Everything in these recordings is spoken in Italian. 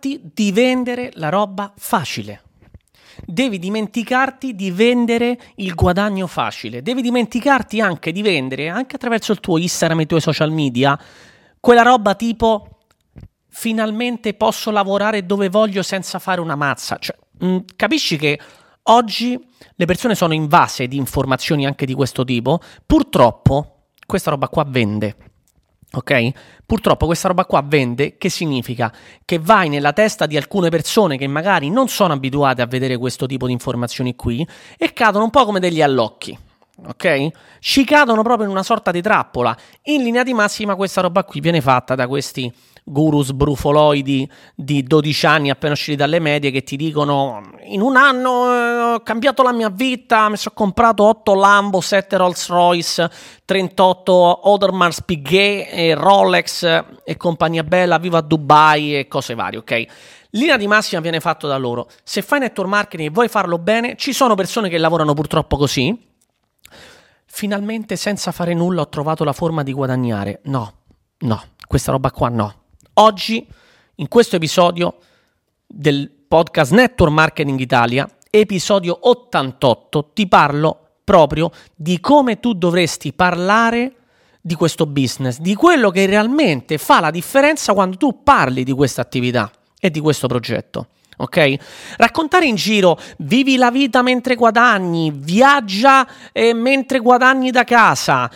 dimenticarti di vendere la roba facile. Devi dimenticarti di vendere il guadagno facile. Devi dimenticarti anche di vendere, anche attraverso il tuo Instagram e i tuoi social media, quella roba tipo finalmente posso lavorare dove voglio senza fare una mazza. Cioè, capisci che oggi le persone sono invase di informazioni anche di questo tipo. Purtroppo questa roba qua vende. Ok? Purtroppo questa roba qua vende, che significa che vai nella testa di alcune persone che magari non sono abituate a vedere questo tipo di informazioni qui e cadono un po' come degli allocchi, ok? Ci cadono proprio in una sorta di trappola. In linea di massima questa roba qui viene fatta da questi gurus brufoloidi di 12 anni appena usciti dalle medie che ti dicono in un anno ho cambiato la mia vita, mi sono comprato 8 Lambo, 7 Rolls Royce, 38 Audemars Piguet e Rolex e compagnia bella, vivo a Dubai e cose varie, ok? Linea di massima viene fatto da loro. Se fai network marketing e vuoi farlo bene, ci sono persone che lavorano purtroppo così. Finalmente senza fare nulla ho trovato la forma di guadagnare. No, questa roba qua no. Oggi, in questo episodio del podcast Network Marketing Italia, episodio 88, ti parlo proprio di come tu dovresti parlare di questo business, di quello che realmente fa la differenza quando tu parli di questa attività e di questo progetto. Ok? Raccontare in giro vivi la vita mentre guadagni, viaggia mentre guadagni da casa,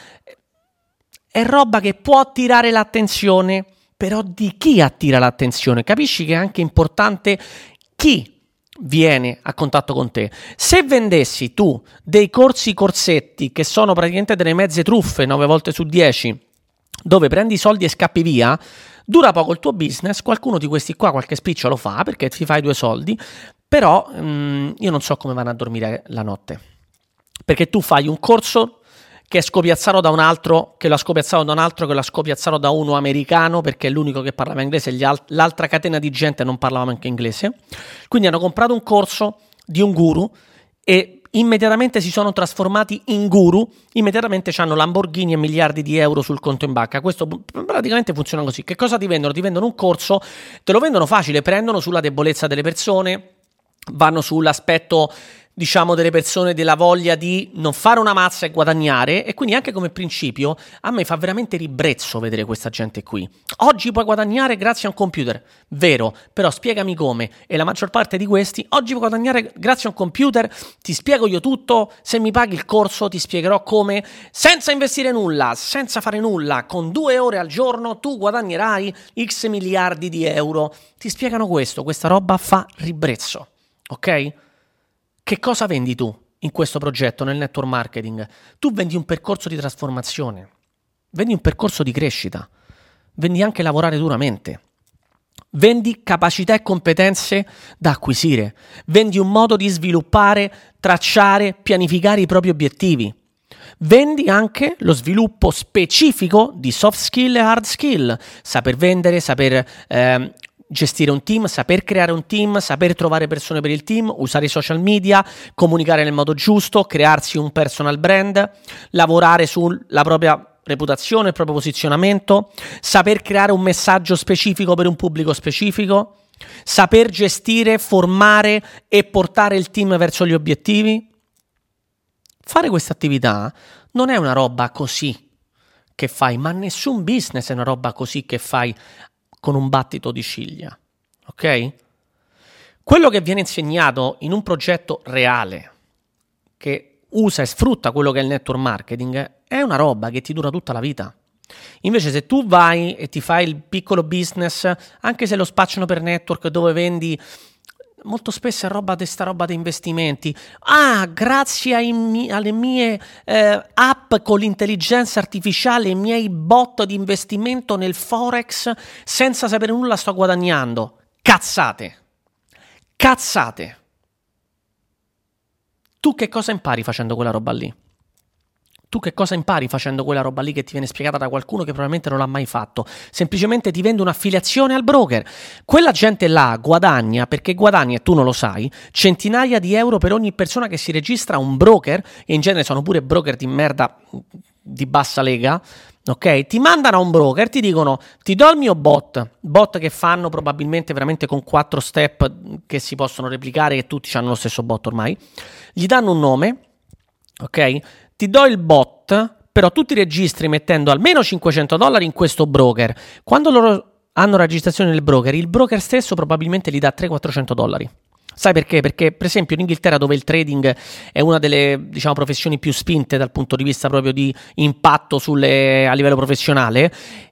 è roba che può attirare l'attenzione, però di chi attira l'attenzione? Capisci che è anche importante chi viene a contatto con te. Se vendessi tu dei corsetti che sono praticamente delle mezze truffe 9 volte su 10, dove prendi i soldi e scappi via, dura poco il tuo business. Qualcuno di questi qua qualche spiccio lo fa perché ti fai 2 soldi, però io non so come vanno a dormire la notte, perché tu fai un corso che è scopiazzato da un altro, che l'ha scopiazzato da un altro, che l'ha scopiazzato da uno americano, perché è l'unico che parlava inglese, l'altra catena di gente non parlava anche inglese. Quindi hanno comprato un corso di un guru e immediatamente si sono trasformati in guru, immediatamente hanno Lamborghini e miliardi di euro sul conto in banca. Questo praticamente funziona così. Che cosa ti vendono? Ti vendono un corso, te lo vendono facile, prendono sulla debolezza delle persone, vanno sull'aspetto, diciamo, delle persone, della voglia di non fare una mazza e guadagnare, e quindi anche come principio a me fa veramente ribrezzo vedere questa gente qui. Oggi puoi guadagnare grazie a un computer, vero, però spiegami come. E la maggior parte di questi, oggi puoi guadagnare grazie a un computer, ti spiego io tutto, se mi paghi il corso ti spiegherò come, senza investire nulla, senza fare nulla, con 2 ore al giorno tu guadagnerai X miliardi di euro. Ti spiegano questo, questa roba fa ribrezzo, ok? Che cosa vendi tu in questo progetto, nel network marketing? Tu vendi un percorso di trasformazione, vendi un percorso di crescita, vendi anche lavorare duramente, vendi capacità e competenze da acquisire, vendi un modo di sviluppare, tracciare, pianificare i propri obiettivi, vendi anche lo sviluppo specifico di soft skill e hard skill, saper vendere, saper gestire un team, saper creare un team, saper trovare persone per il team, usare i social media, comunicare nel modo giusto, crearsi un personal brand, lavorare sulla propria reputazione, il proprio posizionamento, saper creare un messaggio specifico per un pubblico specifico, saper gestire, formare e portare il team verso gli obiettivi. Fare questa attività non è una roba così che fai, ma nessun business è una roba così che fai con un battito di ciglia, ok? Quello che viene insegnato in un progetto reale che usa e sfrutta quello che è il network marketing è una roba che ti dura tutta la vita. Invece se tu vai e ti fai il piccolo business, anche se lo spacciano per network, dove vendi molto spesso è roba di investimenti. Grazie alle mie app con l'intelligenza artificiale, i miei bot di investimento nel forex, senza sapere nulla sto guadagnando. Cazzate. Tu che cosa impari facendo quella roba lì? Tu che cosa impari facendo quella roba lì che ti viene spiegata da qualcuno che probabilmente non l'ha mai fatto? Semplicemente ti vende un'affiliazione al broker. Quella gente là guadagna, perché guadagna, e tu non lo sai, centinaia di euro per ogni persona che si registra a un broker, e in genere sono pure broker di merda di bassa lega, Ok, ti mandano a un broker, ti dicono ti do il mio bot che fanno probabilmente veramente con 4 step che si possono replicare, che tutti hanno lo stesso bot ormai, gli danno un nome, ok, ti do il bot, però tu ti registri mettendo almeno $500 in questo broker. Quando loro hanno registrazione nel broker, il broker stesso probabilmente gli dà $300-400. Sai perché? Perché per esempio in Inghilterra, dove il trading è una delle, diciamo, professioni più spinte dal punto di vista proprio di impatto a livello professionale,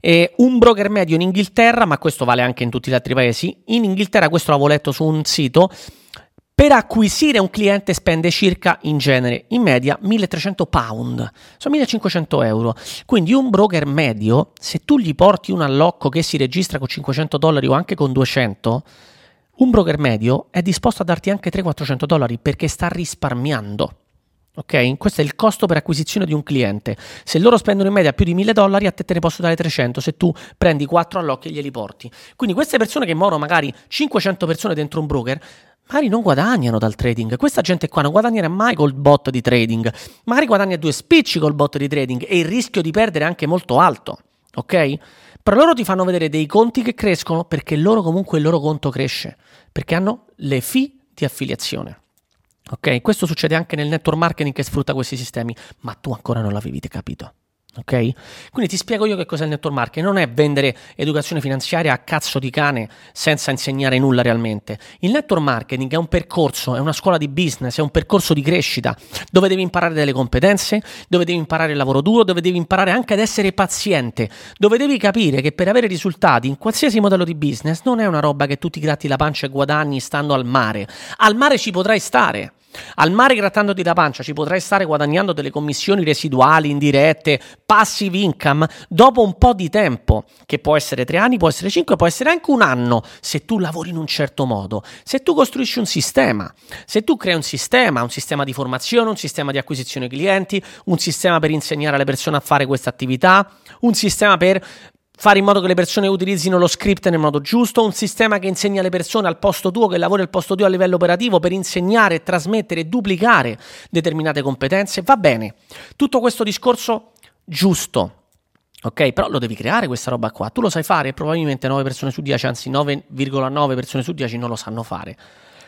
un broker medio in Inghilterra, ma questo vale anche in tutti gli altri paesi, in Inghilterra, questo l'avevo letto su un sito, per acquisire un cliente spende circa, in genere, in media, £1.300, sono €1.500. Quindi un broker medio, se tu gli porti un allocco che si registra con $500 o anche con 200, un broker medio è disposto a darti anche $300-400 perché sta risparmiando. Ok? Questo è il costo per acquisizione di un cliente. Se loro spendono in media più di $1.000, a te ne posso dare 300 se tu prendi 4 allocchi e glieli porti. Quindi queste persone che morono magari 500 persone dentro un broker, magari non guadagnano dal trading. Questa gente qua non guadagnerà mai col bot di trading. Magari guadagna 2 spicci col bot di trading e il rischio di perdere è anche molto alto. Ok? Però loro ti fanno vedere dei conti che crescono perché loro comunque il loro conto cresce, perché hanno le fee di affiliazione. Ok? Questo succede anche nel network marketing che sfrutta questi sistemi, ma tu ancora non l'avevi capito. Ok? Quindi ti spiego io che cos'è il network marketing. Non è vendere educazione finanziaria a cazzo di cane senza insegnare nulla realmente. Il network marketing è un percorso, è una scuola di business, è un percorso di crescita dove devi imparare delle competenze, dove devi imparare il lavoro duro, dove devi imparare anche ad essere paziente, dove devi capire che per avere risultati in qualsiasi modello di business non è una roba che tu ti gratti la pancia e guadagni stando al mare. Al mare ci potrai stare. Al mare grattandoti la pancia ci potrai stare guadagnando delle commissioni residuali, indirette, passive income dopo un po' di tempo, che può essere 3 anni, può essere 5, può essere anche un anno, se tu lavori in un certo modo, se tu costruisci un sistema, se tu crei un sistema di formazione, un sistema di acquisizione clienti, un sistema per insegnare alle persone a fare questa attività, un sistema per fare in modo che le persone utilizzino lo script nel modo giusto, un sistema che insegna alle persone al posto tuo, che lavori al posto tuo a livello operativo per insegnare, trasmettere e duplicare determinate competenze, va bene. Tutto questo discorso giusto, ok? Però lo devi creare questa roba qua, tu lo sai fare, probabilmente 9 persone su 10, anzi 9,9 persone su 10 non lo sanno fare.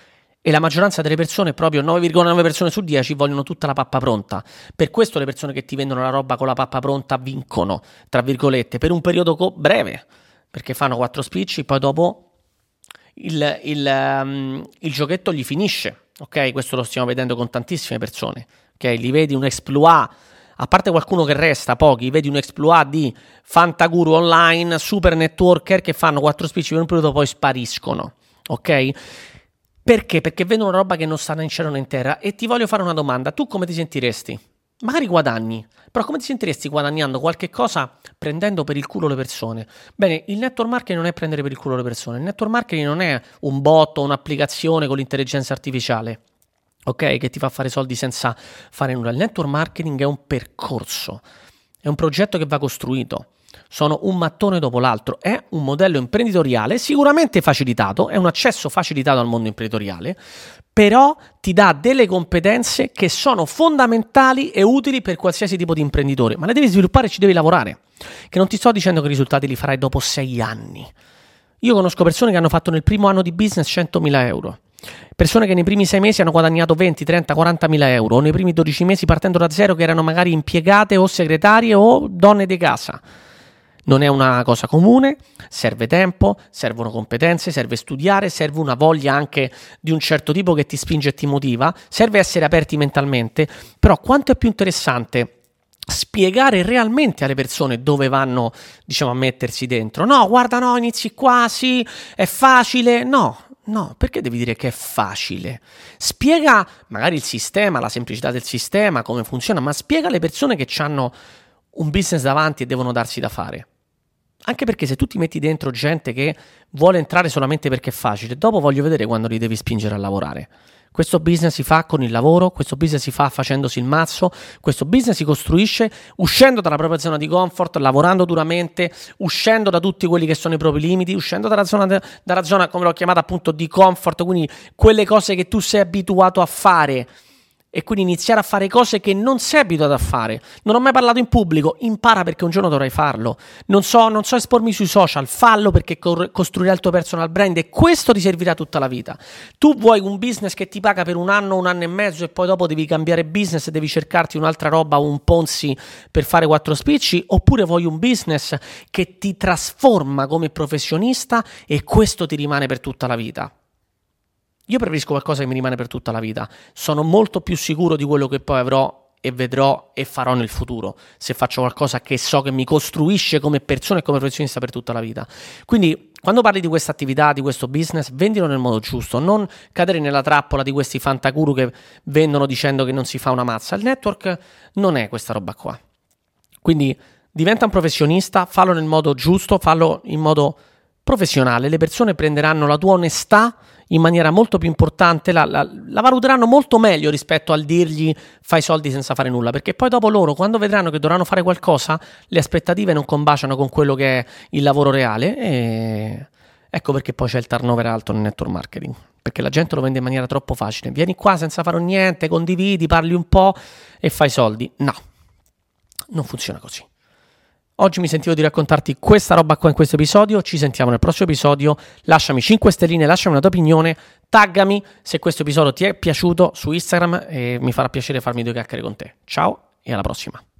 E la maggioranza delle persone, proprio 9,9 persone su 10, vogliono tutta la pappa pronta. Per questo le persone che ti vendono la roba con la pappa pronta vincono, tra virgolette, per un periodo breve, perché fanno 4 spicci, poi dopo il giochetto gli finisce. Ok? Questo lo stiamo vedendo con tantissime persone. Ok? Li vedi un exploit, a parte qualcuno che resta, pochi, vedi un exploit di fantaguru online, super networker che fanno 4 spicci per un periodo, poi spariscono. Ok? Perché? Perché vedono una roba che non sta né in cielo né in terra. E ti voglio fare una domanda. Tu come ti sentiresti? Magari guadagni, però come ti sentiresti guadagnando qualche cosa prendendo per il culo le persone? Bene, il network marketing non è prendere per il culo le persone. Il network marketing non è un bot o un'applicazione con l'intelligenza artificiale, ok? Che ti fa fare soldi senza fare nulla. Il network marketing è un percorso, è un progetto che va costruito. Sono un mattone dopo l'altro, è un modello imprenditoriale sicuramente facilitato, è un accesso facilitato al mondo imprenditoriale, però ti dà delle competenze che sono fondamentali e utili per qualsiasi tipo di imprenditore, ma le devi sviluppare e ci devi lavorare, che non ti sto dicendo che i risultati li farai dopo 6 anni. Io conosco persone che hanno fatto nel primo anno di business 100.000 euro, persone che nei primi 6 mesi hanno guadagnato 20, 30, 40.000 euro, o nei primi 12 mesi partendo da zero che erano magari impiegate o segretarie o donne di casa. Non è una cosa comune, serve tempo, servono competenze, serve studiare, serve una voglia anche di un certo tipo che ti spinge e ti motiva, serve essere aperti mentalmente, però quanto è più interessante spiegare realmente alle persone dove vanno, diciamo, a mettersi dentro. No, guarda, no, inizi qua, sì, è facile, no, perché devi dire che è facile? Spiega magari il sistema, la semplicità del sistema, come funziona, ma spiega alle persone che hanno un business davanti e devono darsi da fare. Anche perché se tu ti metti dentro gente che vuole entrare solamente perché è facile, dopo voglio vedere quando li devi spingere a lavorare. Questo business si fa con il lavoro, questo business si fa facendosi il mazzo, questo business si costruisce uscendo dalla propria zona di comfort, lavorando duramente, uscendo da tutti quelli che sono i propri limiti, uscendo dalla zona come l'ho chiamata appunto di comfort, quindi quelle cose che tu sei abituato a fare e quindi iniziare a fare cose che non sei abituato a fare. Non ho mai parlato in pubblico, impara perché un giorno dovrai farlo. Non so espormi sui social, fallo perché costruirai il tuo personal brand e questo ti servirà tutta la vita. Tu vuoi un business che ti paga per un anno e mezzo e poi dopo devi cambiare business e devi cercarti un'altra roba o un Ponzi per fare 4 spicci, oppure vuoi un business che ti trasforma come professionista e questo ti rimane per tutta la vita? Io preferisco qualcosa che mi rimane per tutta la vita. Sono molto più sicuro di quello che poi avrò e vedrò e farò nel futuro, se faccio qualcosa che so che mi costruisce come persona e come professionista per tutta la vita. Quindi quando parli di questa attività, di questo business, vendilo nel modo giusto, non cadere nella trappola di questi fantaguru che vendono dicendo che non si fa una mazza. Il network non è questa roba qua. Quindi diventa un professionista, fallo nel modo giusto, fallo in modo professionale. Le persone prenderanno la tua onestà in maniera molto più importante, la valuteranno molto meglio rispetto al dirgli fai soldi senza fare nulla, perché poi dopo loro, quando vedranno che dovranno fare qualcosa, le aspettative non combaciano con quello che è il lavoro reale e ecco perché poi c'è il turnover alto nel network marketing, perché la gente lo vende in maniera troppo facile. Vieni qua senza fare niente, condividi, parli un po' e fai soldi. No, non funziona così. Oggi mi sentivo di raccontarti questa roba qua in questo episodio, ci sentiamo nel prossimo episodio, lasciami 5 stelline, lasciami una tua opinione, taggami se questo episodio ti è piaciuto su Instagram e mi farà piacere farmi 2 chiacchiere con te. Ciao e alla prossima.